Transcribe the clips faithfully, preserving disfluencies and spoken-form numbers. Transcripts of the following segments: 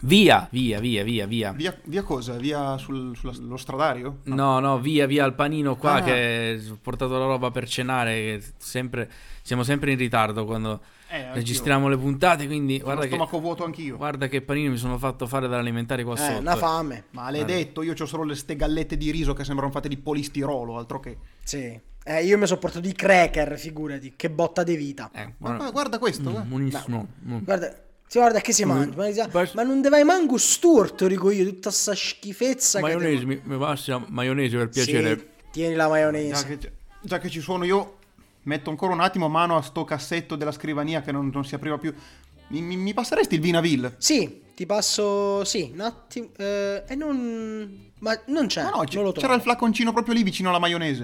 Via, via, via, via, via. Via, via cosa? Via sul, sullo stradario? No, no, via, via al panino qua Ah. che ho portato la roba per cenare, che sempre, siamo sempre in ritardo quando Eh, anch'io. registriamo le puntate, quindi Sono guarda che, stomaco vuoto anch'io. guarda che panino mi sono fatto fare dall'alimentare qua Eh, sotto. una fame. Maledetto, io ho solo le ste gallette di riso che sembrano fatte di polistirolo, altro che. Sì. Eh, io mi sono portato i cracker, figurati. Che botta di vita. Eh, Ma guarda, guarda questo, mm, guarda. buonissimo. Mm. Guarda, si guarda che si mangia. Ma, dice, Basta- ma non deve manco sturto, dico io. Tutta sta schifezza. Maionese, che mi, mi passi la maionese per te... piacere. Sì, tieni la Già maionese. che, già che ci sono, io metto ancora un attimo mano a sto cassetto della scrivania che non, non si apriva più. Mi, mi- mi passeresti il Vinaville? Sì, ti passo. Sì, un attimo. Eh, e non. Ma non c'è. No, no, c- non lo c'era trovo. il flaconcino proprio lì vicino alla maionese.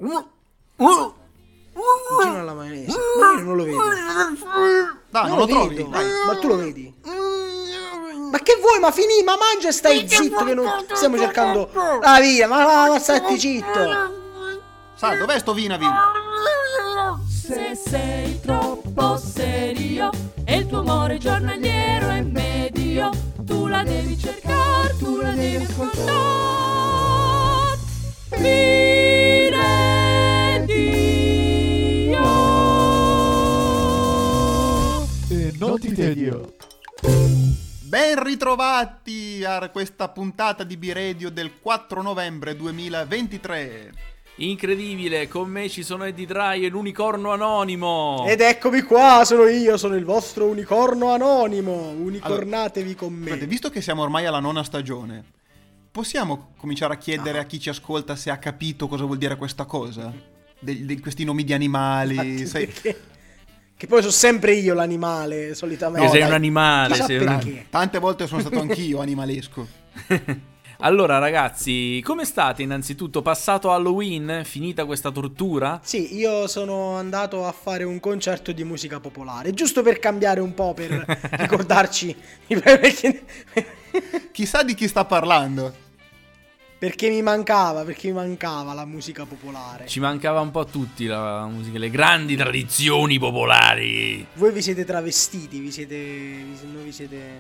Vicino alla maionese. Ma io non lo vedo. Dai, non, non lo, lo trovi? vedo. Dai. Ma tu lo vedi? Ma che vuoi? Ma finì, ma mangia e stai zitto che non stiamo cercando la via. Ma, ma, ma stai zitto. Sai, dov'è sto Vinaville? Se sei troppo serio e il tuo amore giornaliero è medio, tu la devi cercare, tu la devi ascoltare. Mire Dio. E non ti tedio. Ben ritrovati a questa puntata di B-Radio del quattro novembre duemilaventitré. Incredibile, con me ci sono Eddie Dry e l'unicorno anonimo. Ed eccomi qua, sono io, sono il vostro unicorno anonimo. Unicornatevi con me. Guardate, visto che siamo ormai alla nona stagione, possiamo cominciare a chiedere a chi ci ascolta se ha capito cosa vuol dire questa cosa? De- di questi nomi di animali, Infatti, sai? perché- Che poi sono sempre io l'animale, solitamente. Che sei dai, un animale. chissà sei un- perché. Tante volte sono stato anch'io animalesco. Allora ragazzi, come state innanzitutto? Passato Halloween? Finita questa tortura? Sì, io sono andato a fare un concerto di musica popolare, giusto per cambiare un po', per ricordarci perché, Chissà di chi sta parlando. perché mi mancava, perché mi mancava la musica popolare. Ci mancava un po' a tutti la musica, le grandi tradizioni popolari. Voi vi siete travestiti, vi siete... vi- non vi siete...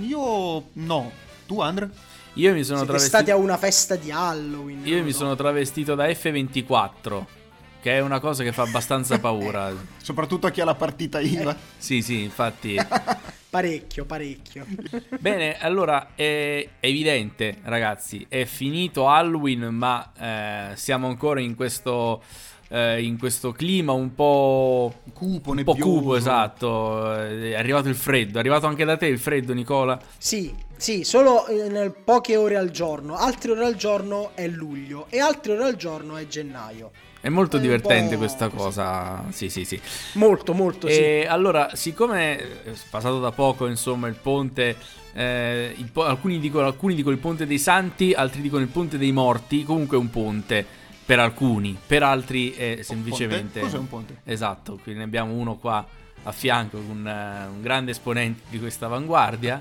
Io no. Tu, Andre? Io mi sono siete travestito stati a una festa di Halloween. Io non mi lo so. sono travestito da F ventiquattro, che è una cosa che fa abbastanza paura. Soprattutto a chi ha la partita I V A. Sì, sì, infatti. Parecchio, parecchio. Bene, allora è evidente, ragazzi, è finito Halloween, ma eh, siamo ancora in questo eh, in questo clima un po' Cupo, un po' nebbioso. cupo, esatto. È arrivato il freddo, è arrivato anche da te il freddo, Nicola? Sì, sì, solo in poche ore al giorno. Altre ore al giorno è luglio e altre ore al giorno è gennaio. È molto È un divertente po' questa così. cosa. Sì, sì, sì. Molto, molto, sì. E allora, siccome è passato da poco, insomma, il ponte, eh, il po- alcuni, dicono, alcuni dicono il ponte dei santi, altri dicono il ponte dei morti, comunque è un ponte per alcuni, per altri è semplicemente... Ponte? Cos'è un ponte? Esatto, qui ne abbiamo uno qua a fianco, un, eh, un grande esponente di questa avanguardia,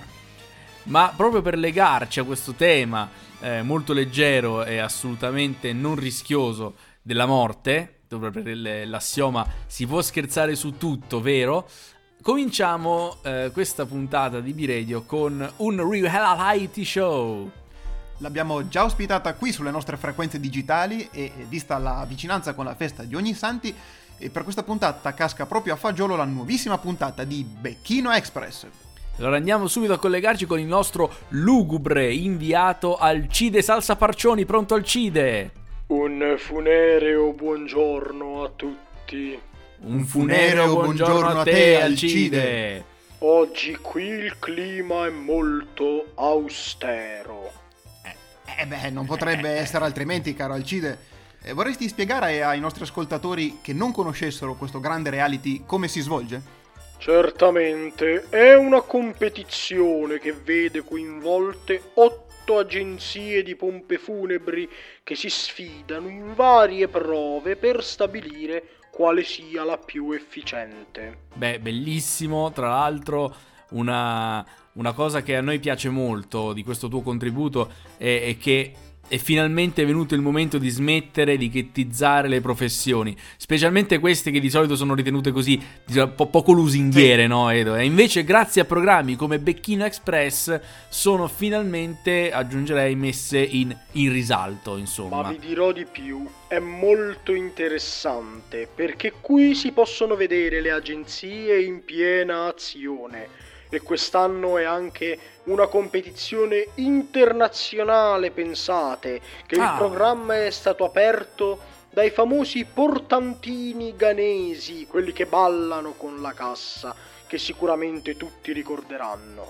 ma proprio per legarci a questo tema eh, molto leggero e assolutamente non rischioso della morte, dove per il- l'assioma si può scherzare su tutto, vero? Cominciamo eh, questa puntata di B-Radio con un reality show. L'abbiamo già ospitata qui sulle nostre frequenze digitali e vista la vicinanza con la festa di Ognissanti, e per questa puntata casca proprio a fagiolo la nuovissima puntata di Becchino Express. Allora andiamo subito a collegarci con il nostro lugubre inviato Alcide Salsa Parcioni, pronto Alcide? Un funereo buongiorno a tutti. Un funereo buongiorno a te Alcide. Oggi qui il clima è molto austero. Eh beh, non potrebbe essere altrimenti, caro Alcide. Eh, vorresti spiegare ai nostri ascoltatori che non conoscessero questo grande reality come si svolge? Certamente, è una competizione che vede coinvolte otto agenzie di pompe funebri che si sfidano in varie prove per stabilire quale sia la più efficiente. Beh, bellissimo, tra l'altro una, una cosa che a noi piace molto di questo tuo contributo è, è che è finalmente venuto il momento di smettere di ghettizzare le professioni, specialmente queste che di solito sono ritenute così un po' poco lusinghiere, sì. no Edo? E invece grazie a programmi come Becchino Express sono finalmente, aggiungerei, messe in, in risalto, insomma. Ma vi dirò di più, è molto interessante, perché qui si possono vedere le agenzie in piena azione. E quest'anno è anche una competizione internazionale, pensate, che ah. il programma è stato aperto dai famosi portantini ghanesi, quelli che ballano con la cassa, che sicuramente tutti ricorderanno.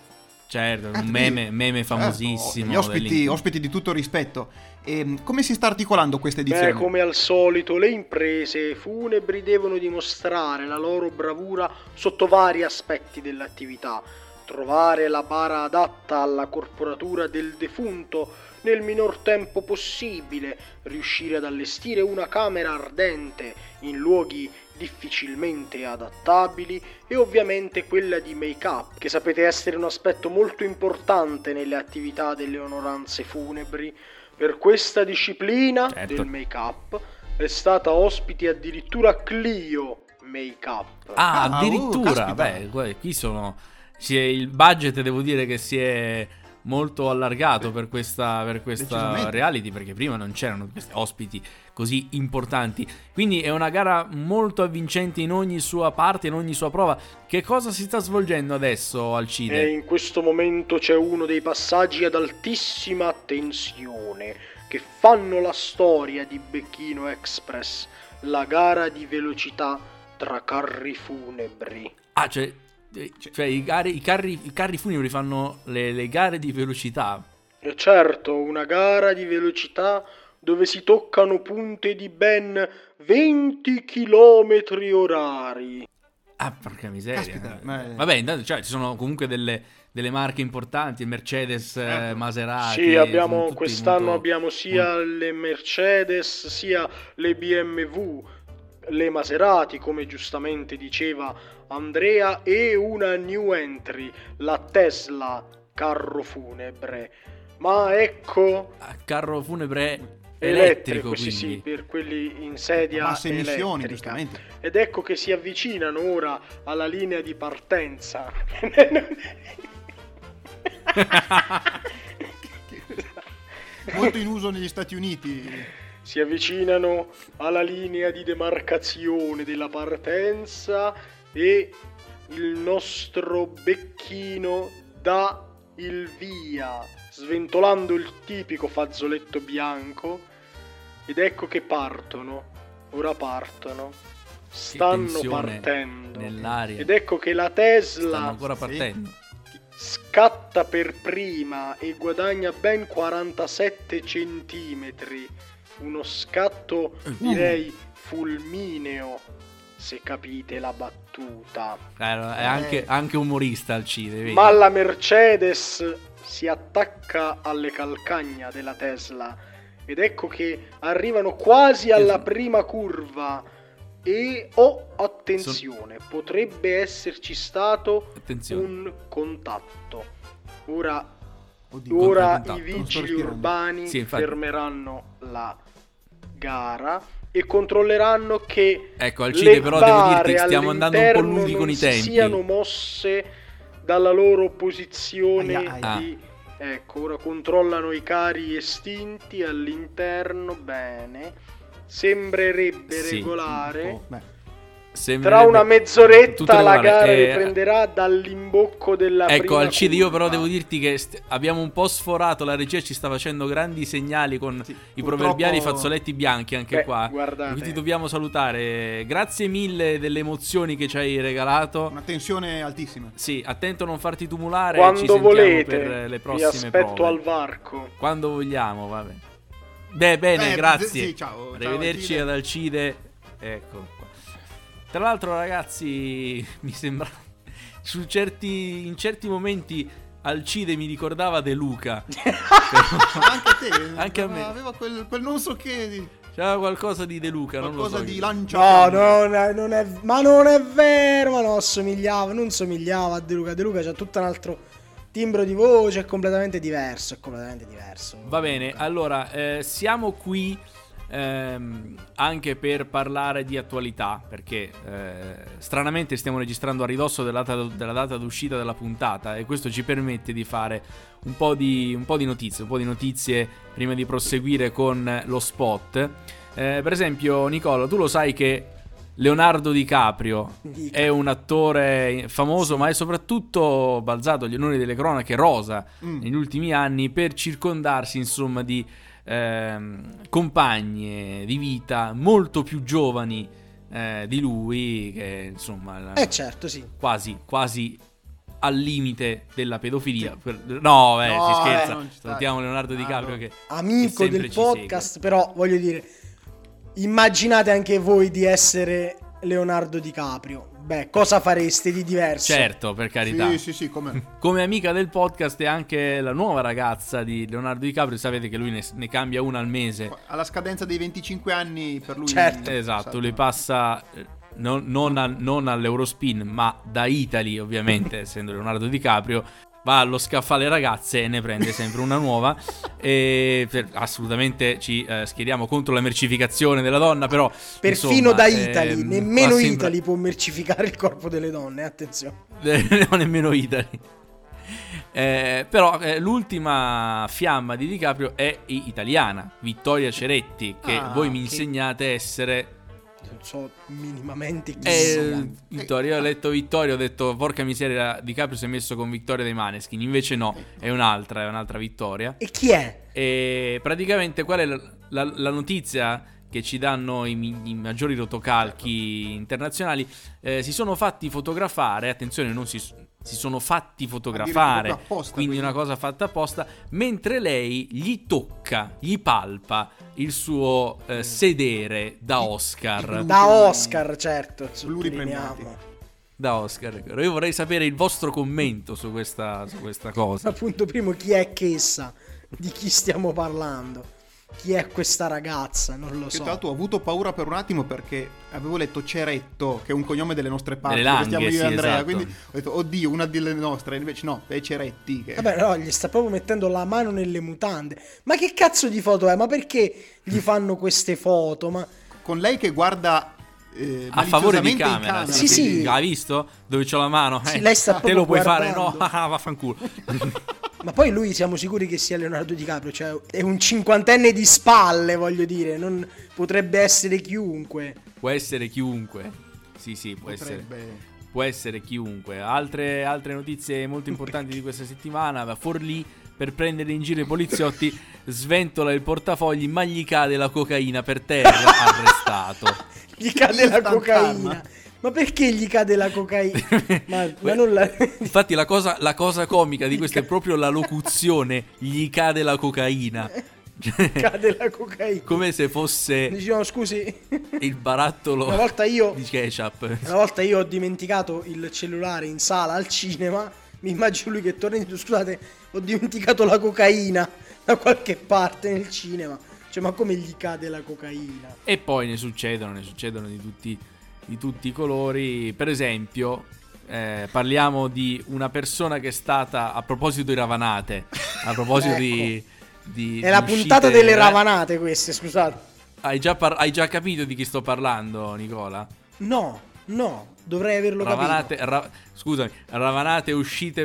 Certo, un meme, meme famosissimo. Gli ospiti, ospiti di tutto rispetto. E come si sta articolando questa edizione? Beh, come al solito, le imprese funebri devono dimostrare la loro bravura sotto vari aspetti dell'attività. Trovare la bara adatta alla corporatura del defunto nel minor tempo possibile, riuscire ad allestire una camera ardente in luoghi difficilmente adattabili e ovviamente quella di make-up, che sapete essere un aspetto molto importante nelle attività delle onoranze funebri. Per questa disciplina certo. del make-up è stata ospite addirittura Clio Make-up. Ah, ah addirittura, oh, beh, qui sono... Si è, il budget devo dire che si è molto allargato per questa, per questa reality, perché prima non c'erano questi ospiti così importanti. Quindi è una gara molto avvincente in ogni sua parte, in ogni sua prova. Che cosa si sta svolgendo adesso al CIDE? E in questo momento c'è uno dei passaggi ad altissima tensione che fanno la storia di Becchino Express, la gara di velocità tra carri funebri. Ah, cioè... Cioè i, gari, i, carri, i carri funebri fanno le, le gare di velocità. E certo, una gara di velocità dove si toccano punte di ben venti chilometri orari. Ah, porca miseria. Caspita, ma è... Vabbè, intanto cioè, ci sono comunque delle, delle marche importanti, Mercedes, eh, Maserati. Sì, abbiamo, molto, quest'anno abbiamo sia molto... le Mercedes sia le B M W, le Maserati, come giustamente diceva Andrea, e una new entry, la Tesla carro funebre. Ma ecco, carro funebre elettrico, elettrico, sì, quindi. sì, per quelli in sedia basse emissioni, elettrica. giustamente. Ed ecco che si avvicinano ora alla linea di partenza. Molto in uso negli Stati Uniti. Si avvicinano alla linea di demarcazione della partenza e il nostro Becchino dà il via, sventolando il tipico fazzoletto bianco, ed ecco che partono, ora partono, stanno partendo, nell'aria. Ed ecco che la Tesla stanno ancora partendo. Sì, scatta per prima e guadagna ben quarantasette centimetri, uno scatto direi fulmineo, se capite la battuta. Claro, è anche, anche umorista al CIDE, vedi? Ma la Mercedes si attacca alle calcagna della Tesla ed ecco che arrivano quasi alla prima curva e oh, attenzione, Son... potrebbe esserci stato attenzione. un contatto. Ora, Oddio, ora contatto. i vigili urbani sì, fermeranno la gara e controlleranno che ecco, al CIDE però devo dirti che stiamo andando un po' all'interno lunghi con i tempi, siano mosse dalla loro posizione aia, aia. di... Ecco, ora controllano i cari estinti all'interno, bene, sembrerebbe sì, regolare. Oh, beh. Tra una mezz'oretta la gara eh, riprenderà dall'imbocco della ecco, prima al CIDE io però curva. devo dirti che st- abbiamo un po' sforato, la regia ci sta facendo grandi segnali con sì, i proverbiali fazzoletti bianchi anche Beh, qua. guardate. Quindi ti dobbiamo salutare. Grazie mille delle emozioni che ci hai regalato. Una tensione altissima. Sì, attento a non farti tumulare. Quando ci sentiamo volete, per le vi prossime aspetto prove. al varco. Quando vogliamo, vabbè. Beh, bene, Eh, grazie. sì, ciao, Arrivederci ciao, ad Alcide. Ecco qua. Tra l'altro, ragazzi, mi sembra su certi in certi momenti Alcide mi ricordava De Luca. Anche a te. Anche a me. Aveva quel, quel non so che di... C'era qualcosa di De Luca, non lo qualcosa so di che- lancia. No, no, non è, ma non è vero, ma no, somigliava, non somigliava a De Luca. De Luca c'ha tutto un altro timbro di voce è completamente diverso, è completamente diverso. Va bene, allora eh, siamo qui ehm, anche per parlare di attualità, perché eh, stranamente stiamo registrando a ridosso della data, della data d'uscita della puntata, e questo ci permette di fare un po' di, un po' di notizie, un po' di notizie prima di proseguire con lo spot. Eh, per esempio, Nicola, tu lo sai che Leonardo DiCaprio Dica. è un attore famoso, ma è soprattutto balzato agli onori delle cronache rosa Mm. negli ultimi anni per circondarsi, insomma, di ehm, compagne di vita molto più giovani eh, di lui, che insomma Eh certo, sì. quasi quasi al limite della pedofilia. Per- no, eh, No, si eh, scherza. non ci sta. Salutiamo Leonardo Ah, DiCaprio no. che Amico sempre del ci podcast, però voglio dire, immaginate anche voi di essere Leonardo DiCaprio. Beh, cosa fareste di diverso? certo, per carità. Sì, sì, sì, come... Come amica del podcast è anche la nuova ragazza di Leonardo DiCaprio. Sapete che lui ne, ne cambia una al mese. Alla scadenza dei venticinque anni per lui... Certo. Esatto, lui passa eh, non, non, a- non all'Eurospin, ma da Italy, ovviamente, essendo Leonardo DiCaprio, va allo scaffale ragazze e ne prende sempre una nuova. E per- assolutamente ci eh, schieriamo contro la mercificazione della donna, però Perfino insomma, da ehm, Italy, nemmeno qua sembra- Italy può mercificare il corpo delle donne, attenzione. non nemmeno Italy. Eh, però eh, l'ultima fiamma di DiCaprio è i- italiana, Vittoria Ceretti, che Ah, voi mi che- insegnate essere Non so minimamente chi eh, sia. Vittoria. Io ho letto Vittoria, ho detto porca miseria, DiCaprio si è messo con Vittoria dei Maneskin, invece no, è un'altra, è un'altra Vittoria. E chi è? E praticamente qual è la, la- la notizia che ci danno i, mi- i maggiori rotocalchi internazionali? Eh, si sono fatti fotografare, attenzione, non si, si sono fatti fotografare, Addirittura apposta, quindi quindi. una cosa fatta apposta, mentre lei gli tocca, gli palpa il suo eh, sedere da Oscar. Da Oscar, certo. Pluripremiati. sottolineiamo. Da Oscar. Io vorrei sapere il vostro commento su questa, su questa cosa. Appunto, primo, chi è che essa? Di chi stiamo parlando? Chi è questa ragazza? Non lo Che so. tra l'altro ho avuto paura per un attimo perché avevo letto Ceretto, che è un cognome delle nostre parti, Delle dove stiamo Langhe, io e sì, Andrea, esatto. quindi ho detto oddio, una delle nostre, invece no, è Ceretti. Che... Vabbè, no, gli sta proprio mettendo la mano nelle mutande. Ma che cazzo di foto è? Ma perché gli fanno queste foto? Ma Con lei che guarda eh, A favore di maliziosamente in camera. Sì, sì. quindi- Hai visto? Dove c'ho la mano? Sì, Eh, lei sta te proprio lo puoi fare? guardando. No, ah, vaffanculo. Ma poi lui siamo sicuri che sia Leonardo DiCaprio, cioè è un cinquantenne di spalle, voglio dire, non potrebbe essere chiunque. Può essere chiunque. Sì, sì, può essere. potrebbe... Può essere chiunque. Altre, altre notizie molto importanti di questa settimana. Forlì, per prendere in giro i poliziotti, sventola il portafogli, ma gli cade la cocaina per terra, arrestato. Gli cade la Instant cocaina. karma. Ma perché gli cade la cocaina? ma, ma non la... Infatti la cosa, la cosa comica di questo è proprio la locuzione, gli cade la cocaina. cade la cocaina. Come se fosse Dicevano, scusi, il barattolo una volta io di ketchup. Una volta io ho dimenticato il cellulare in sala al cinema. Mi immagino lui che torna e dice: scusate, ho dimenticato la cocaina da qualche parte nel cinema. Cioè, ma come gli cade la cocaina? E poi ne succedono, ne succedono di tutti, di tutti i colori. Per esempio, eh, parliamo di una persona che è stata, a proposito di ravanate, a proposito di, di È la di puntata uscite- delle ravanate queste, scusate. Hai già, par- hai già capito di chi sto parlando, Nicola? No, no, dovrei averlo Ravanate, capito. ra- scusami, ravanate uscite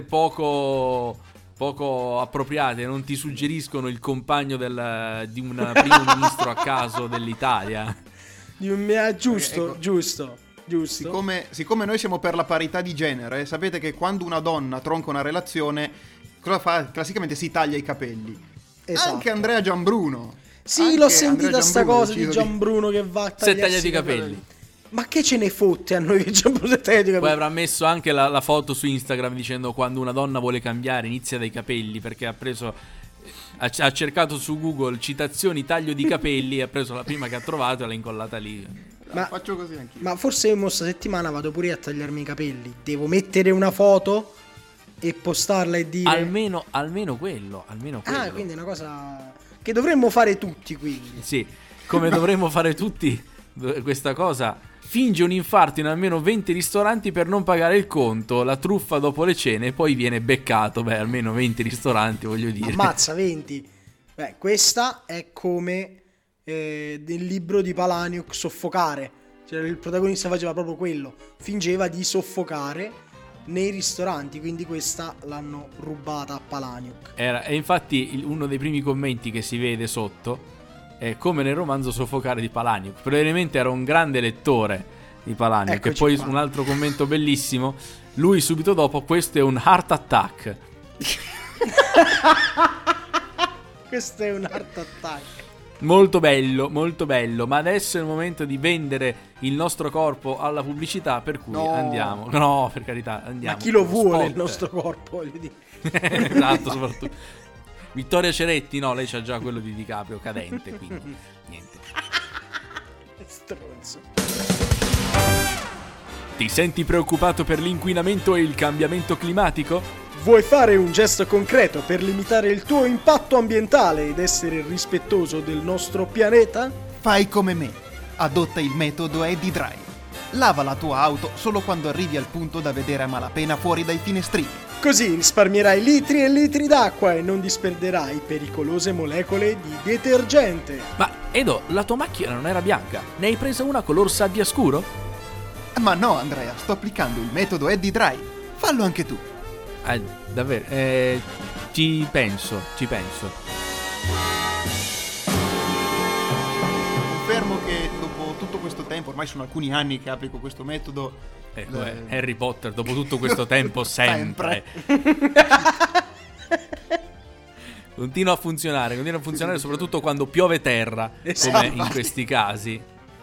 poco, poco appropriate, non ti suggeriscono il compagno del, di un primo ministro a caso dell'Italia? Di un- ah, giusto, Ecco. giusto, giusto. Siccome, siccome noi siamo per la parità di genere, sapete che quando una donna tronca una relazione, cosa fa? Classicamente si taglia i capelli. Esatto. Anche Andrea Gianbruno. Sì, Anche l'ho sentita Andrea sta Gianbruno ha cosa di deciso Gianbruno che va a Si è tagliarsi tagliati i capelli. Ma che ce ne fotte a noi che Gianbruno si è tagliati i Poi capelli? avrà messo anche la, la foto su Instagram dicendo quando una donna vuole cambiare inizia dai capelli, perché ha preso ha, ha cercato su Google citazioni taglio di capelli e ha preso la prima che ha trovato e l'ha incollata lì. Ma, Faccio così anch'io. ma forse io sta settimana vado pure a tagliarmi i capelli. Devo mettere una foto e postarla e dire Almeno, almeno quello, almeno quello. ah, quindi è una cosa che dovremmo fare tutti, quindi. Sì, come dovremmo fare tutti questa cosa finge un infarto in almeno venti ristoranti per non pagare il conto, la truffa dopo le cene, e poi viene beccato. Beh, almeno venti ristoranti, voglio dire. Ammazza, venti. Beh, questa è come eh, nel libro di Palahniuk, Soffocare. Cioè, il protagonista faceva proprio quello, fingeva di soffocare nei ristoranti, quindi questa l'hanno rubata a Palahniuk. Era, e infatti il- uno dei primi commenti che si vede sotto è come nel romanzo Soffocare di Palahniuk. Probabilmente era un grande lettore di Palahniuk. Eccoci E poi qua. un altro commento bellissimo, lui subito dopo: questo è un heart attack. Questo è un heart attack. Molto bello, molto bello. Ma adesso è il momento di vendere il nostro corpo alla pubblicità, per cui No. andiamo. No, per carità, andiamo. Ma chi lo vuole Spot. il nostro corpo, voglio dire. Esatto, soprattutto Vittoria Ceretti, no, lei c'ha già quello di DiCaprio cadente, quindi niente. Stronzo. Ti senti preoccupato per l'inquinamento e il cambiamento climatico? Vuoi fare un gesto concreto per limitare il tuo impatto ambientale ed essere rispettoso del nostro pianeta? Fai come me. Adotta il metodo Eddy Dry. Lava la tua auto solo quando arrivi al punto da vedere a malapena fuori dai finestrini. Così risparmierai litri e litri d'acqua e non disperderai pericolose molecole di detergente. Ma Edo, la tua macchina non era bianca? Ne hai presa una color sabbia scuro? Ma no, Andrea, sto applicando il metodo Eddy Dry. Fallo anche tu. Ah, davvero? Eh, ci penso, ci penso. Confermo che dopo tutto questo tempo, ormai sono alcuni anni che applico questo metodo. Ecco, eh, eh, Harry Potter, dopo tutto questo tempo, sempre. Continua a funzionare, continua a funzionare soprattutto quando piove terra, Esatto. come in questi casi.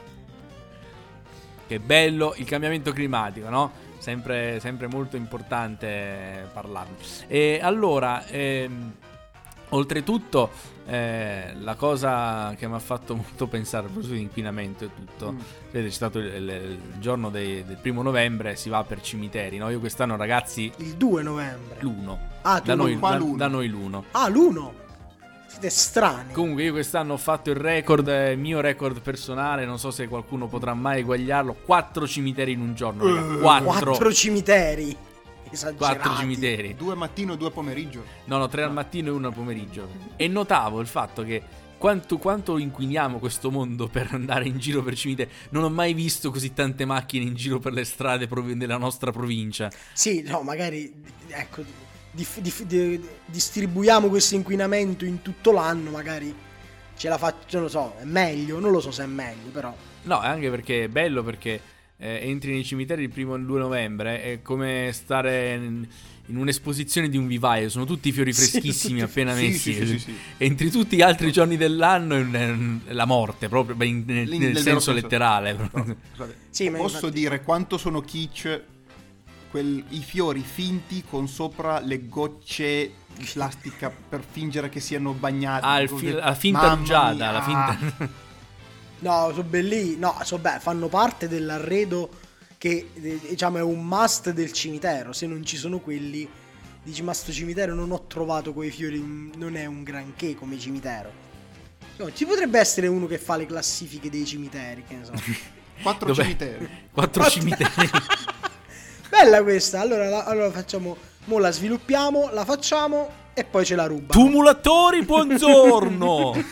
Che bello il cambiamento climatico, no? Sempre, sempre molto importante parlarne. E allora, ehm, oltretutto, eh, la cosa che mi ha fatto molto pensare, proprio sull'inquinamento e tutto, Mm. vedete, c'è stato il, il- il giorno dei- del primo novembre, si va per cimiteri, no? Io quest'anno, ragazzi, Il due novembre. l'uno. Ah, tu Da noi, qua da, l'uno. da noi l'uno. Ah, l'uno. Siete strani. Comunque io quest'anno ho fatto il record, eh, mio record personale, non so se qualcuno potrà mai eguagliarlo, quattro cimiteri in un giorno, raga. Quattro. Quattro cimiteri. Esagerati. Quattro cimiteri. Due mattino e due pomeriggio. No, no, tre al mattino e uno al pomeriggio. E notavo il fatto che quanto, quanto inquiniamo questo mondo per andare in giro per cimiteri. Non ho mai visto così tante macchine in giro per le strade proprio della nostra provincia. Sì, no, magari, ecco, dif- dif- di- distribuiamo questo inquinamento in tutto l'anno, magari ce la faccio, non lo so, è meglio, non lo so se è meglio, però. No, anche perché è bello, perché eh, entri nei cimiteri il primo e il due novembre, è come stare in, in un'esposizione di un vivaio, sono tutti fiori Sì, freschissimi tutti- appena sì, messi. sì, sì, sì. Entri tutti gli altri giorni dell'anno è la morte, proprio beh, in- nel, Lì, nel nel senso vero senso. letterale. Scusate, Sì, ma posso infatti- dire quanto sono kitsch quel- i fiori finti con sopra le gocce di plastica per fingere che siano bagnati. Ah, il così. fi- la finta Mamma rugiada, mia. la finta... No, sono belli, no, so, beh, fanno parte dell'arredo che, eh, diciamo, è un must del cimitero. Se non ci sono quelli, dici, ma sto cimitero non ho trovato quei fiori, mm, non è un granché come cimitero. No, ci potrebbe essere uno che fa le classifiche dei cimiteri, che ne so. Quattro Dov'è? cimiteri. Quattro cimiteri. Bella questa, allora, la, allora facciamo, mo la sviluppiamo, la facciamo e poi ce la ruba. Tumulatori, buongiorno!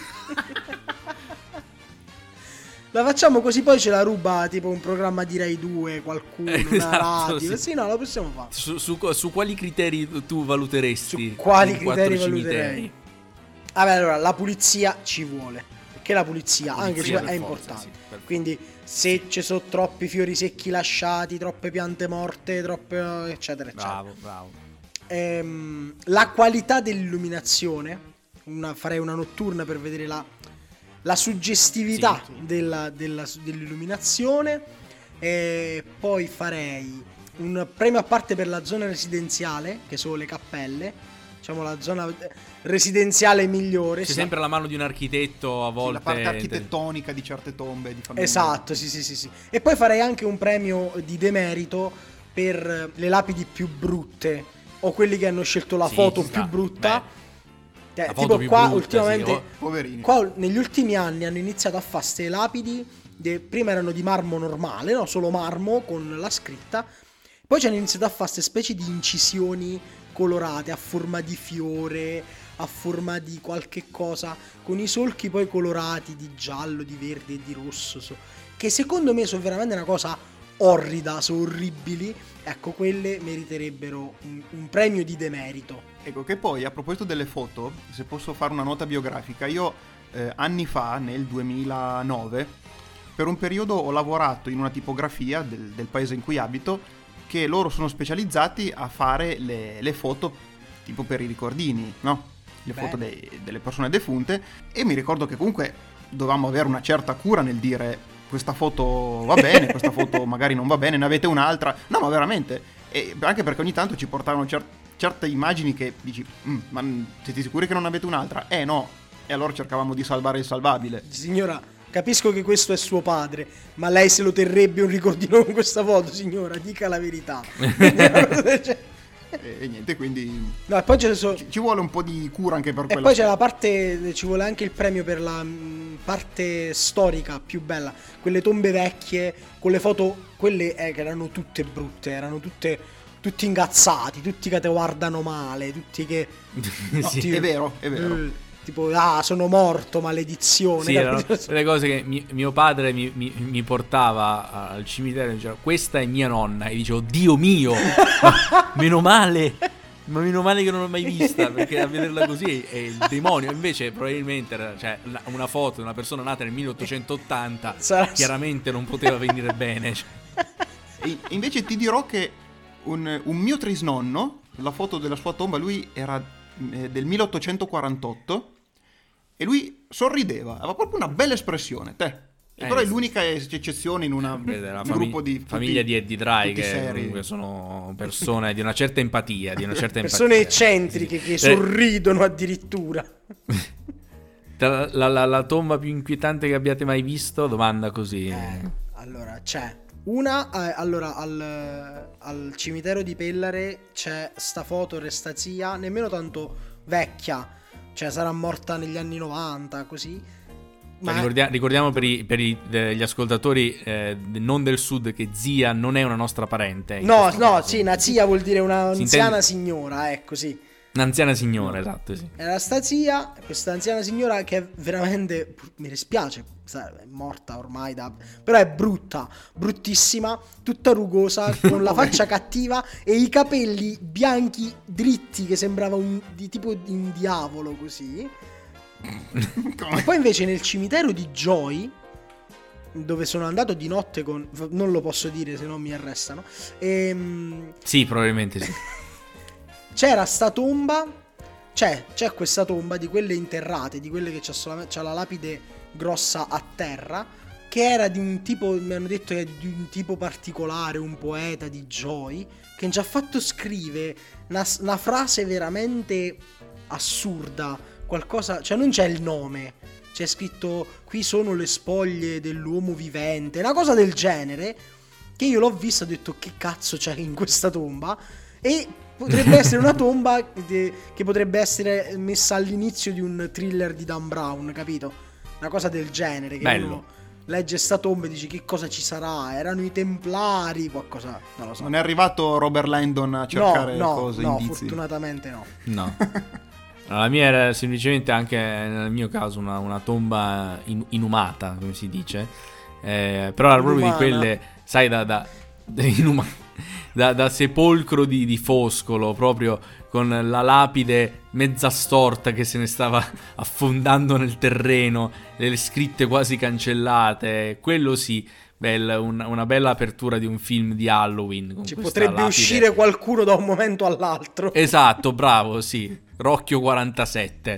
La facciamo così poi ce la ruba tipo un programma di Rai due, qualcuno, una Esatto, radio. sì. Sì, no, la possiamo fare. su, su, su quali criteri tu valuteresti? Su quali i quattro criteri cimiteri? valuterei? Vabbè, allora, la pulizia ci vuole. Perché la pulizia, La anche pulizia se per è forza, importante. sì, per forza. Quindi se ci sono troppi fiori secchi lasciati, troppe piante morte, troppe eccetera eccetera. Bravo, bravo. Ehm, la qualità dell'illuminazione, una- farei una notturna per vedere la, la suggestività Sì, sì. della- della- dell'illuminazione. E poi farei un premio a parte per la zona residenziale, che sono le cappelle, diciamo la zona eh, residenziale migliore. C'è Sì. sempre la mano di un architetto a Sì, volte. la parte architettonica di certe tombe di famiglia. Esatto, sì, sì, sì, sì. E poi farei anche un premio di demerito per le lapidi più brutte o quelli che hanno scelto la Sì, foto ci più sta. brutta. Beh, Eh, la tipo foto più qua brutta, ultimamente sì, oh. Poverini. qua negli ultimi anni hanno iniziato a fare ste lapidi de- prima erano di marmo normale, no? Solo marmo con la scritta. Poi ci hanno iniziato a fare queste specie di incisioni colorate a forma di fiore, a forma di qualche cosa, con i solchi poi colorati di giallo, di verde e di rosso, so, che secondo me sono veramente una cosa orrida, sono orribili. Ecco, quelle meriterebbero un, un premio di demerito. Ecco, che poi a proposito delle foto, se posso fare una nota biografica, io eh, anni fa, nel duemilanove, per un periodo ho lavorato in una tipografia del, del paese in cui abito, che loro sono specializzati a fare le, le foto tipo per i ricordini, no? Le Bene. foto dei, delle persone defunte, e mi ricordo che comunque dovevamo avere una certa cura nel dire questa foto va bene, questa foto magari non va bene, ne avete un'altra. No, ma veramente. E anche perché ogni tanto ci portavano cer- certe immagini che dici, mm, ma siete sicuri che non avete un'altra? Eh no. E allora cercavamo di salvare il salvabile. Signora, capisco che questo è suo padre, ma lei se lo terrebbe un ricordino con questa foto, signora? Dica la verità. E, e niente, quindi no, e poi c'è so... ci, ci vuole un po' di cura anche per e quella. E poi c'è la parte, ci vuole anche il premio per la mh, parte storica più bella, quelle tombe vecchie con le foto, quelle eh, che erano tutte brutte, erano tutte tutti ingazzati, tutti che te guardano male, tutti che no, sì, è vero, è vero. Uh, tipo, ah, sono morto, maledizione. Sì, erano le cose che mi, mio padre mi, mi, mi portava al cimitero e diceva, questa è mia nonna, e dicevo, Dio mio, ma, meno male, ma meno male che non l'ho mai vista, perché a vederla così è il demonio. Invece probabilmente era, cioè, una foto di una persona nata nel milleottocentottanta Sarà... chiaramente non poteva venire bene. E invece ti dirò che un, un mio trisnonno, la foto della sua tomba, lui era del milleottocentoquarantotto, e lui sorrideva, aveva proprio una bella espressione, te. E eh, però è l'unica eccezione in una, un famig- gruppo di famiglia di Eddie Dry, che seri. Comunque sono persone di una certa empatia, di una certa persone empatia. eccentriche che eh. sorridono addirittura. la, la, la, la tomba più inquietante che abbiate mai visto? Domanda così. Eh, allora c'è una, eh, allora al, al cimitero di Pellare c'è sta foto restazia, nemmeno tanto vecchia, cioè sarà morta negli anni novanta, così. Ma Ricordia- ricordiamo per, i, per i, eh, gli ascoltatori eh, non del sud che zia non è una nostra parente. No, no, caso. Sì, una zia vuol dire un'anziana intende... signora, ecco, sì. Un'anziana signora, esatto, sì. Era sta zia, questa anziana signora che è veramente, mi dispiace, è morta ormai da... però è brutta, bruttissima, tutta rugosa, con la faccia cattiva e i capelli bianchi dritti che sembrava un, di tipo un diavolo così. E poi invece nel cimitero di Joy, dove sono andato di notte con... non lo posso dire se no mi arrestano, ehm... sì, probabilmente sì. C'era sta tomba, c'è, c'è questa tomba di quelle interrate, di quelle che c'ha, solamente, c'ha la lapide grossa a terra, che era di un tipo, mi hanno detto che è di un tipo particolare, un poeta di Joy, che ci ha fatto scrivere una, una frase veramente assurda, qualcosa, cioè non c'è il nome, c'è scritto qui sono le spoglie dell'uomo vivente, una cosa del genere, che io l'ho vista e ho detto che cazzo c'è in questa tomba, e potrebbe essere una tomba de, che potrebbe essere messa all'inizio di un thriller di Dan Brown, capito? Una cosa del genere, che bello. Uno legge sta tomba e dice che cosa ci sarà, erano i Templari, qualcosa, non lo so. Non è arrivato Robert Landon a cercare no, no, cose, no, indizi? Fortunatamente no. No. La mia era semplicemente, anche nel mio caso, una, una tomba in, inumata, come si dice, eh, però era proprio di quelle, sai, da, da, inuma, da, da sepolcro di, di Foscolo, proprio con la lapide mezza storta che se ne stava affondando nel terreno, le scritte quasi cancellate, quello sì, bella, una, una bella apertura di un film di Halloween. Con ci questa potrebbe lapide. Uscire qualcuno da un momento all'altro. Esatto, bravo, sì, Rocchio quarantasette.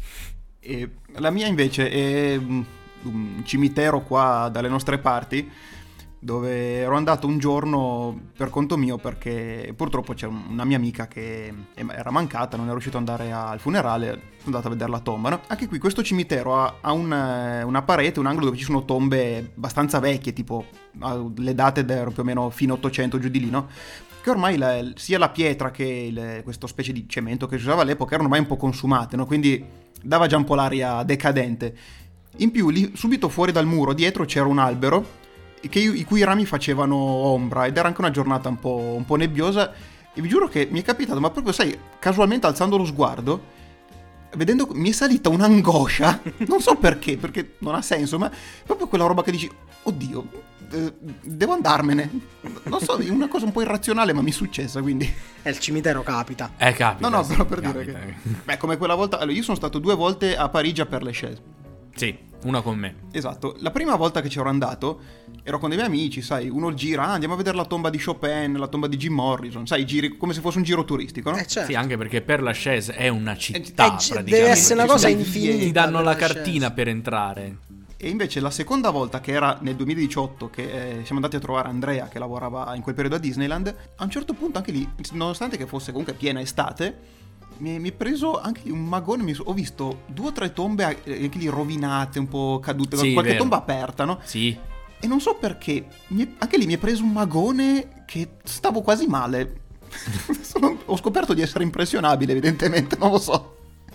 E la mia invece è un cimitero qua dalle nostre parti, dove ero andato un giorno per conto mio perché purtroppo c'è una mia amica che era mancata, non è riuscito ad andare al funerale, sono andato a vedere la tomba, no? Anche qui questo cimitero ha, ha una, una parete, un angolo dove ci sono tombe abbastanza vecchie, tipo le date erano più o meno fine ottocento, giù di lì, no? Che ormai la, sia la pietra che il, questo specie di cemento che si usava all'epoca erano ormai un po' consumate, no? Quindi dava già un po' l'aria decadente. In più, lì subito fuori dal muro, dietro c'era un albero che, i cui rami facevano ombra ed era anche una giornata un po', un po' nebbiosa e vi giuro che mi è capitato, ma proprio sai, casualmente alzando lo sguardo, vedendo, mi è salita un'angoscia, non so perché, perché non ha senso, ma proprio quella roba che dici, oddio, eh, devo andarmene, non so, è una cosa un po' irrazionale ma mi è successa, quindi... È il cimitero capita. Eh, capita. No, no, sì, però per capita. dire che... Beh, come quella volta, allora io sono stato due volte a Parigi a Père Lachaise. Sì, una con me. Esatto, la prima volta che c'ero andato ero con dei miei amici, sai, uno gira, ah, andiamo a vedere la tomba di Chopin, la tomba di Jim Morrison, sai, giri come se fosse un giro turistico, no? Eh, certo. Sì, anche perché Père Lachaise è una città, Eh, praticamente. deve essere una Ci cosa sono dei infinita. Ti danno per la Lachaise. cartina per entrare. E invece la seconda volta, che era nel duemiladiciotto, che eh, siamo andati a trovare Andrea che lavorava in quel periodo a Disneyland, a un certo punto anche lì, nonostante che fosse comunque piena estate, mi mi è preso anche lì un magone, mi so- ho visto due o tre tombe eh, anche lì rovinate, un po' cadute, Sì, qualche vero. tomba aperta, no? Sì. E non so perché, mi è- anche lì mi è preso un magone che stavo quasi male. Sono- ho scoperto di essere impressionabile, evidentemente, non lo so.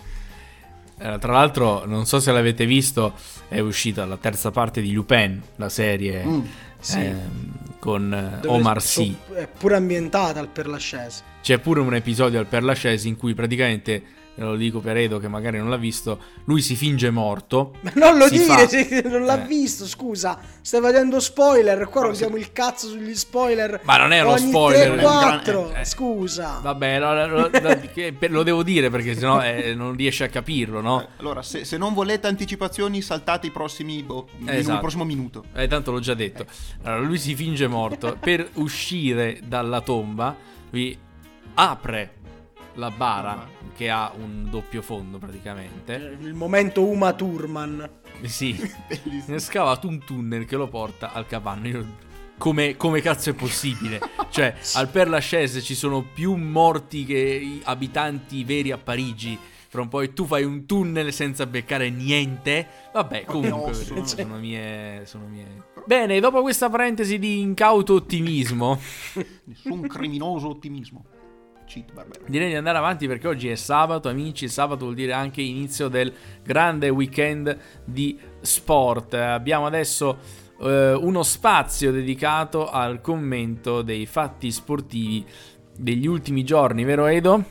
Eh, tra l'altro, non so se l'avete visto, è uscita la terza parte di Lupin, la serie Mm, sì. ehm, con eh, Dove Omar so- Sy. È pure ambientata al Père Lachaise. C'è pure un episodio al Père Lachaise in cui praticamente, ve lo dico per Edo che magari non l'ha visto, lui si finge morto. Ma non lo si dire, fa- se non l'ha Eh. visto, scusa. Stai facendo spoiler, qua No, rompiamo il cazzo sugli spoiler. Ma non è uno ogni spoiler. tre quattro, Eh, eh. scusa. Vabbè, no, no, no, no, che- per- lo devo dire perché sennò eh, non riesce a capirlo, no? Allora, se, se non volete anticipazioni, saltate i prossimi, boh, minu- Esatto. il prossimo minuto. Eh, tanto l'ho già detto. Allora, lui si finge morto. Per uscire dalla tomba, lui apre la bara che ha un doppio fondo praticamente. Il momento Uma Thurman. Sì, ne ha scavato un tunnel che lo porta al capanno. Io, come, come cazzo è possibile? Cioè, al Père Lachaise ci sono più morti che i abitanti veri a Parigi. Fra un po' e tu fai un tunnel senza beccare niente. Vabbè, comunque osso. sono mie, sono mie. Bene, dopo questa parentesi di incauto ottimismo, Nessun criminoso ottimismo. Cheat, Barbero. direi di andare avanti perché oggi è sabato, amici. Sabato vuol dire anche inizio del grande weekend di sport. Abbiamo adesso eh, uno spazio dedicato al commento dei fatti sportivi degli ultimi giorni, vero Edo?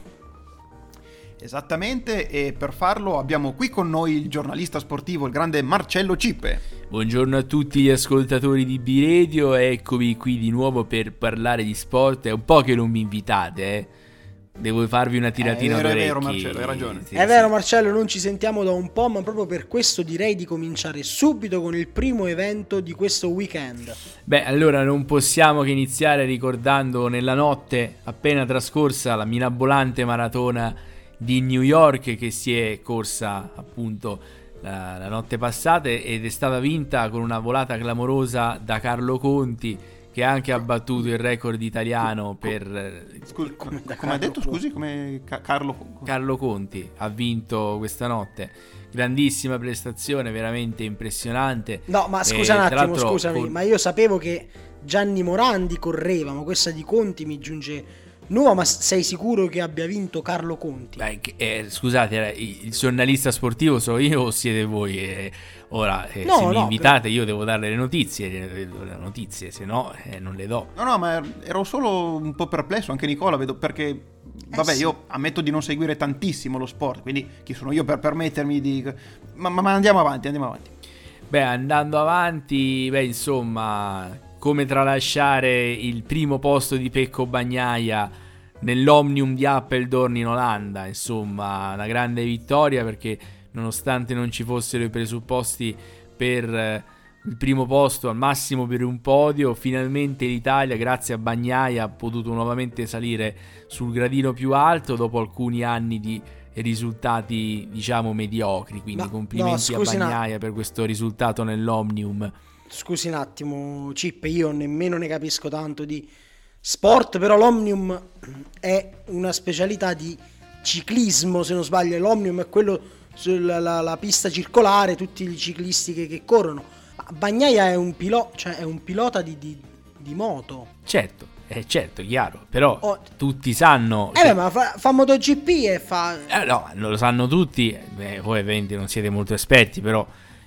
Esattamente, e per farlo abbiamo qui con noi il giornalista sportivo, il grande Marcello Cippe. Buongiorno a tutti gli ascoltatori di B-Radio, eccomi qui di nuovo per parlare di sport. È un po' che non mi invitate, eh. Devo farvi una tiratina Eh, è vero, è d'orecchi. vero, Marcello, hai ragione. Sì, È sì. vero Marcello, non ci sentiamo da un po', ma proprio per questo direi di cominciare subito con il primo evento di questo weekend. Beh, allora non possiamo che iniziare ricordando nella notte appena trascorsa la mirabolante maratona di New York che si è corsa appunto la, la notte passata ed è stata vinta con una volata clamorosa da Carlo Conti, che ha anche abbattuto il record italiano per Scusi, come, da come ha Carlo detto, scusi, come Ca- Carlo... Carlo Conti ha vinto questa notte. Grandissima prestazione, veramente impressionante. No, ma E, scusa un tra attimo, l'altro, scusami, con- ma io sapevo che Gianni Morandi correva, ma questa di Conti mi giunge nuova, ma sei sicuro che abbia vinto Carlo Conti? Beh, che- eh, scusate, eh, il giornalista sportivo sono io o siete voi? Eh, ora, eh, No, se mi no, invitate io devo dare le notizie, le, le notizie, se no eh, non le do. No, no, ma ero solo un po' perplesso, anche Nicola, vedo, perché... Vabbè, sì. io ammetto di non seguire tantissimo lo sport, quindi chi sono io per permettermi di... Ma, ma- ma andiamo avanti, andiamo avanti. Beh, andando avanti, beh, insomma, come tralasciare il primo posto di Pecco Bagnaia nell'Omnium di Apeldoorn in Olanda. Insomma, una grande vittoria perché nonostante non ci fossero i presupposti per eh, il primo posto, al massimo per un podio, finalmente l'Italia, grazie a Bagnaia, ha potuto nuovamente salire sul gradino più alto dopo alcuni anni di risultati, diciamo, mediocri. Quindi Ma- complimenti no, a scusi un Bagnaia per questo risultato nell'Omnium. Scusi un attimo, Cippe, io nemmeno ne capisco tanto di sport, però l'Omnium è una specialità di ciclismo, se non sbaglio. L'Omnium è quello sulla la, la pista circolare, tutti i ciclisti che, che corrono. Ma Bagnaia è un, pilo- cioè è un pilota di, di, di moto. Certo, è certo, chiaro, però Oh. tutti sanno... Eh cioè- beh, ma fa, fa MotoGP e fa... Eh, no, lo sanno tutti, beh, voi ovviamente non siete molto esperti, però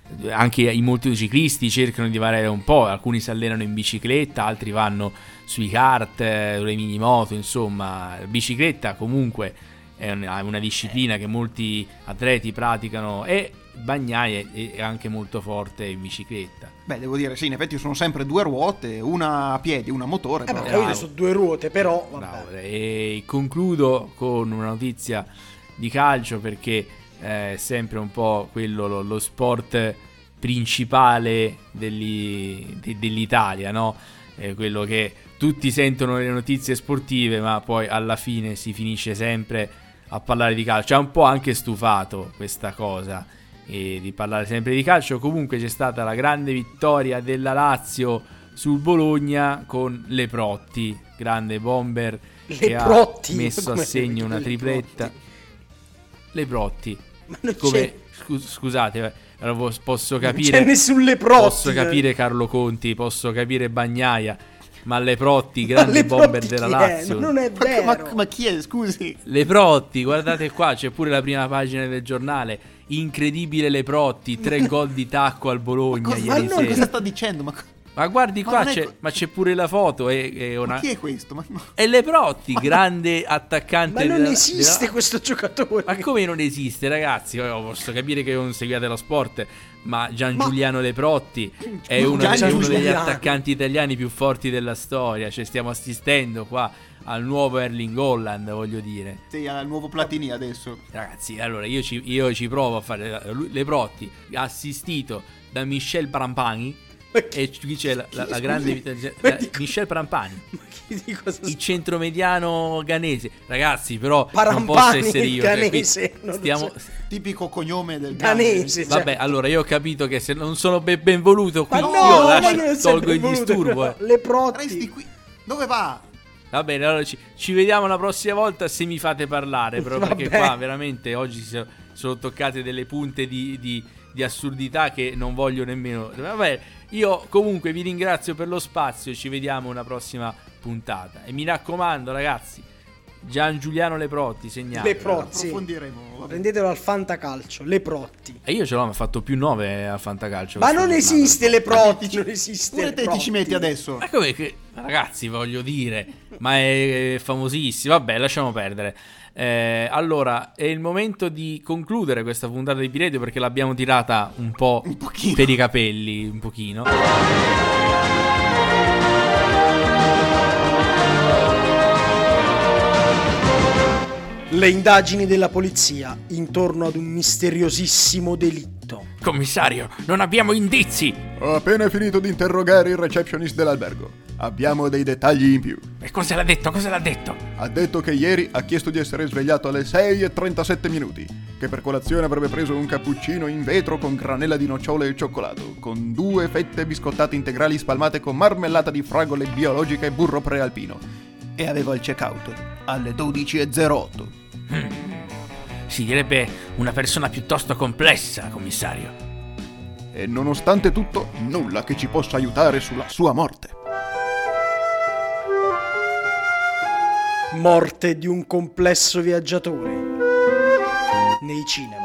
anche i motociclisti cercano di variare un po', alcuni si allenano in bicicletta, altri vanno sui kart, sulle minimoto, insomma, la bicicletta comunque è una, una disciplina che molti atleti praticano e Bagnaia è anche molto forte in bicicletta. Beh, devo dire, sì, in effetti sono sempre due ruote, una a piedi, una a motore. Eh beh, però... capito, sono due ruote, però vabbè. Bravo. E concludo con una notizia di calcio, perché è sempre un po' quello lo, lo sport principale degli, de, dell'Italia, no? È quello che tutti sentono le notizie sportive, ma poi alla fine si finisce sempre a parlare di calcio. Ci ha un po' anche stufato questa cosa, e di parlare sempre di calcio. Comunque c'è stata la grande vittoria della Lazio sul Bologna con Leprotti, grande bomber che Leprotti, ha messo a come segno una Leprotti? tripletta. Leprotti, Ma non come c'è, scus- scusate, allora posso non capire, c'è nessun Leprotti. posso capire Carlo Conti, posso capire Bagnaia, ma Leprotti, Ma grande Leprotti bomber della chi è? Lazio. Ma non è vero. Ma, ma chi è, scusi? Leprotti, guardate qua, c'è pure la prima pagina del giornale. Incredibile Leprotti, tre gol di tacco al Bologna Cosa, ieri ma no, sera. cosa sta dicendo? Ma, Ma guardi Ma qua, non è c'è, co- ma c'è pure la foto. È, è una... ma chi è questo? Ma, ma- È Leprotti, grande attaccante. Ma non della- esiste della- questo giocatore. Ma come non esiste, ragazzi? Io posso capire che non seguiate lo sport, ma Gian Giuliano Leprotti è uno, Gian è uno degli Giuliano. attaccanti italiani più forti della storia. Cioè, stiamo assistendo qua al nuovo Erling Haaland, voglio dire. Sì, al nuovo Platini adesso. Ragazzi, allora io ci, io ci provo a fare. Lui- Leprotti, assistito da Michel Prampani. E qui c'è la, la- la grande vita- Ma la- di co- Michel Prampani, Ma chi di cosa il sta- centromediano ghanese. Ragazzi, però non Parampani, posso essere io. il cioè, qui ghanese, non lo stiamo. so. Tipico cognome del Danese, cioè. Vabbè, allora io ho capito che se non sono ben, ben voluto qui, Ma no, io non è lascio- che non sei tolgo il benvenuto, disturbo. no. eh. Leprotti. Resti qui. Dove va? Va bene, allora ci, ci vediamo la prossima volta se mi fate parlare. Però perché Vabbè. qua veramente oggi si sono, sono toccate delle punte di, di- di assurdità che non voglio nemmeno. Vabbè, io comunque vi ringrazio per lo spazio. Ci vediamo una prossima puntata. E mi raccomando, ragazzi, Gian Giuliano Leprotti, segnate. Leprotti. Sì. Approfondiremo. vabbè. Prendetelo al Fantacalcio, Leprotti. E io ce l'ho, mi ha fatto più nove al Fantacalcio. Ma questa non giornata. esiste Leprotti, non esiste Pure te ti Leprotti. ci metti adesso. Ma come che, ragazzi, voglio dire, ma è famosissimo. Vabbè, lasciamo perdere. Eh, allora, è il momento di concludere questa puntata di Piredio, perché l'abbiamo tirata un po' Un pochino. per i capelli, un pochino. Le indagini della polizia intorno ad un misteriosissimo delitto. Commissario, non abbiamo indizi. Ho appena finito di interrogare il receptionist dell'albergo. Abbiamo dei dettagli in più. E cosa l'ha detto? Cosa l'ha detto? Ha detto che ieri ha chiesto di essere svegliato alle sei e trentasette minuti, che per colazione avrebbe preso un cappuccino in vetro con granella di nocciole e cioccolato, con due fette biscottate integrali spalmate con marmellata di fragole biologica e burro prealpino. E aveva il check-out alle dodici e zero otto. Si direbbe una persona piuttosto complessa, commissario. E nonostante tutto, nulla che ci possa aiutare sulla sua morte. Morte di un complesso viaggiatore nei cinema.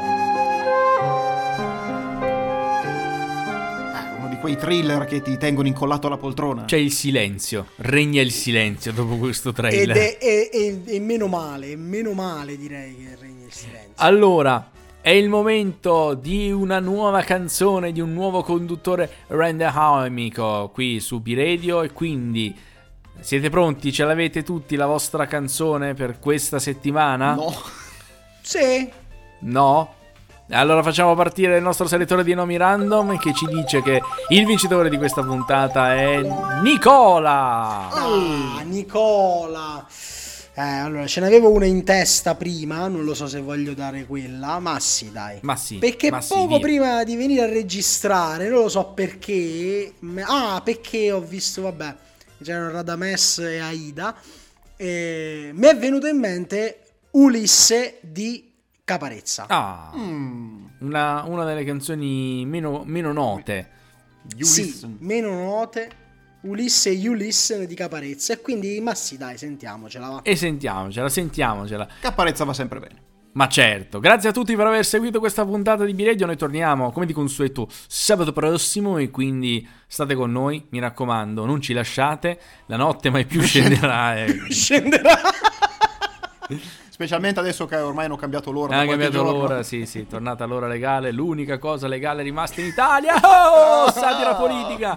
Uno di quei thriller che ti tengono incollato alla poltrona. C'è il silenzio, regna il silenzio dopo questo Ed trailer. è, è- è- è meno male, è meno male direi che regni il silenzio. Allora, è il momento di una nuova canzone, di un nuovo conduttore randomico qui su B-Radio, e quindi siete pronti? Ce l'avete tutti la vostra canzone per questa settimana? No. Sì, No? Allora facciamo partire il nostro selettore di nomi random, che ci dice che il vincitore di questa puntata è Nicola. ah, Nicola. Eh, allora, ce n'avevo una in testa prima, non lo so se voglio dare quella, ma sì, dai. Ma sì, Perché ma sì, poco via. prima di venire a registrare, non lo so perché. m- Ah, perché ho visto, vabbè, c'erano Radames e Aida. E mi è venuto in mente Ulisse di Caparezza. Ah, Mm. una, una delle canzoni meno, meno note. You Sì, listen. meno note. Ulisse e You Listen di Caparezza. E quindi, ma sì, dai, sentiamocela, va. E sentiamocela, sentiamocela. Caparezza va sempre bene. Ma certo, grazie a tutti per aver seguito questa puntata di B-Radio. Noi torniamo come di consueto sabato prossimo e quindi state con noi, mi raccomando, non ci lasciate, la notte mai più scenderà. E... Scenderà. Specialmente adesso che ormai hanno cambiato l'ora. Ha da qualche cambiato giorno. l'ora, sì sì, tornata l'ora legale, l'unica cosa legale rimasta in Italia. Oh, satira politica.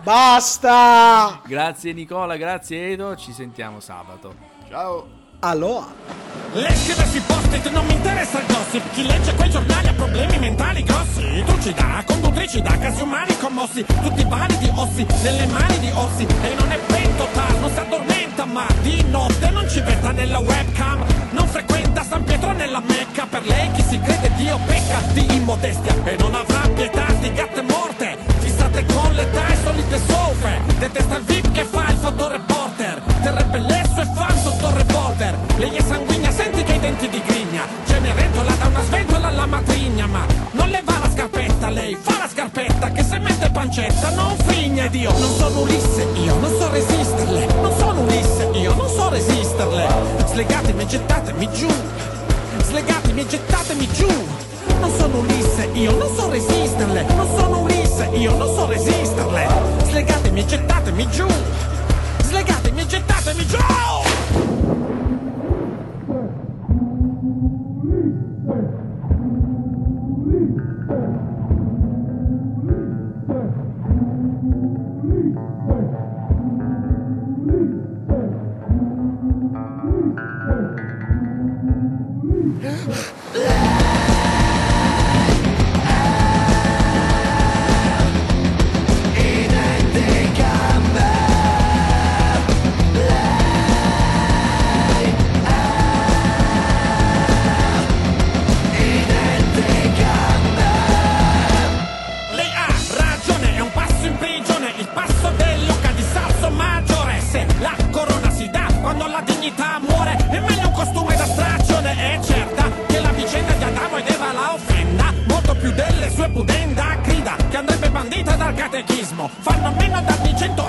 Basta. Grazie Nicola, grazie Edo, ci sentiamo sabato. Ciao. Aloha. Leggere sui post-it non mi interessa il gossip. Chi legge quei giornali ha problemi mentali grossi. Trucida, conduttrici da casi umani commossi. Tutti validi ossi, nelle mani di ossi. E non è pentotal, non si addormenta ma di notte non ci veda nella webcam. Non frequenta San Pietro nella Mecca. Per lei chi si crede Dio pecca di immodestia e non avrà pietà di gatte morte. Fissate con l'età e solite sofe. Detesta il V I P che fa il fotoreporter. Terrebbe le sue fan sotto il revolver. Lei è sanguigna, senti che i denti di grigna. Cenerentola da una sventola alla matrigna. Ma non le va la scarpetta, lei fa la scarpetta. Che se mette pancetta non frigna. Ed io non sono Ulisse, io non so resisterle. Non sono Ulisse, io non so resisterle. Slegatemi e gettatemi giù. Slegatemi e gettatemi giù. Non sono Ulisse, io non so resisterle. Non sono Ulisse, io non so resisterle. Slegatemi e gettatemi giù. Slegatemi e gettatemi giù. Fanno meno darmi cento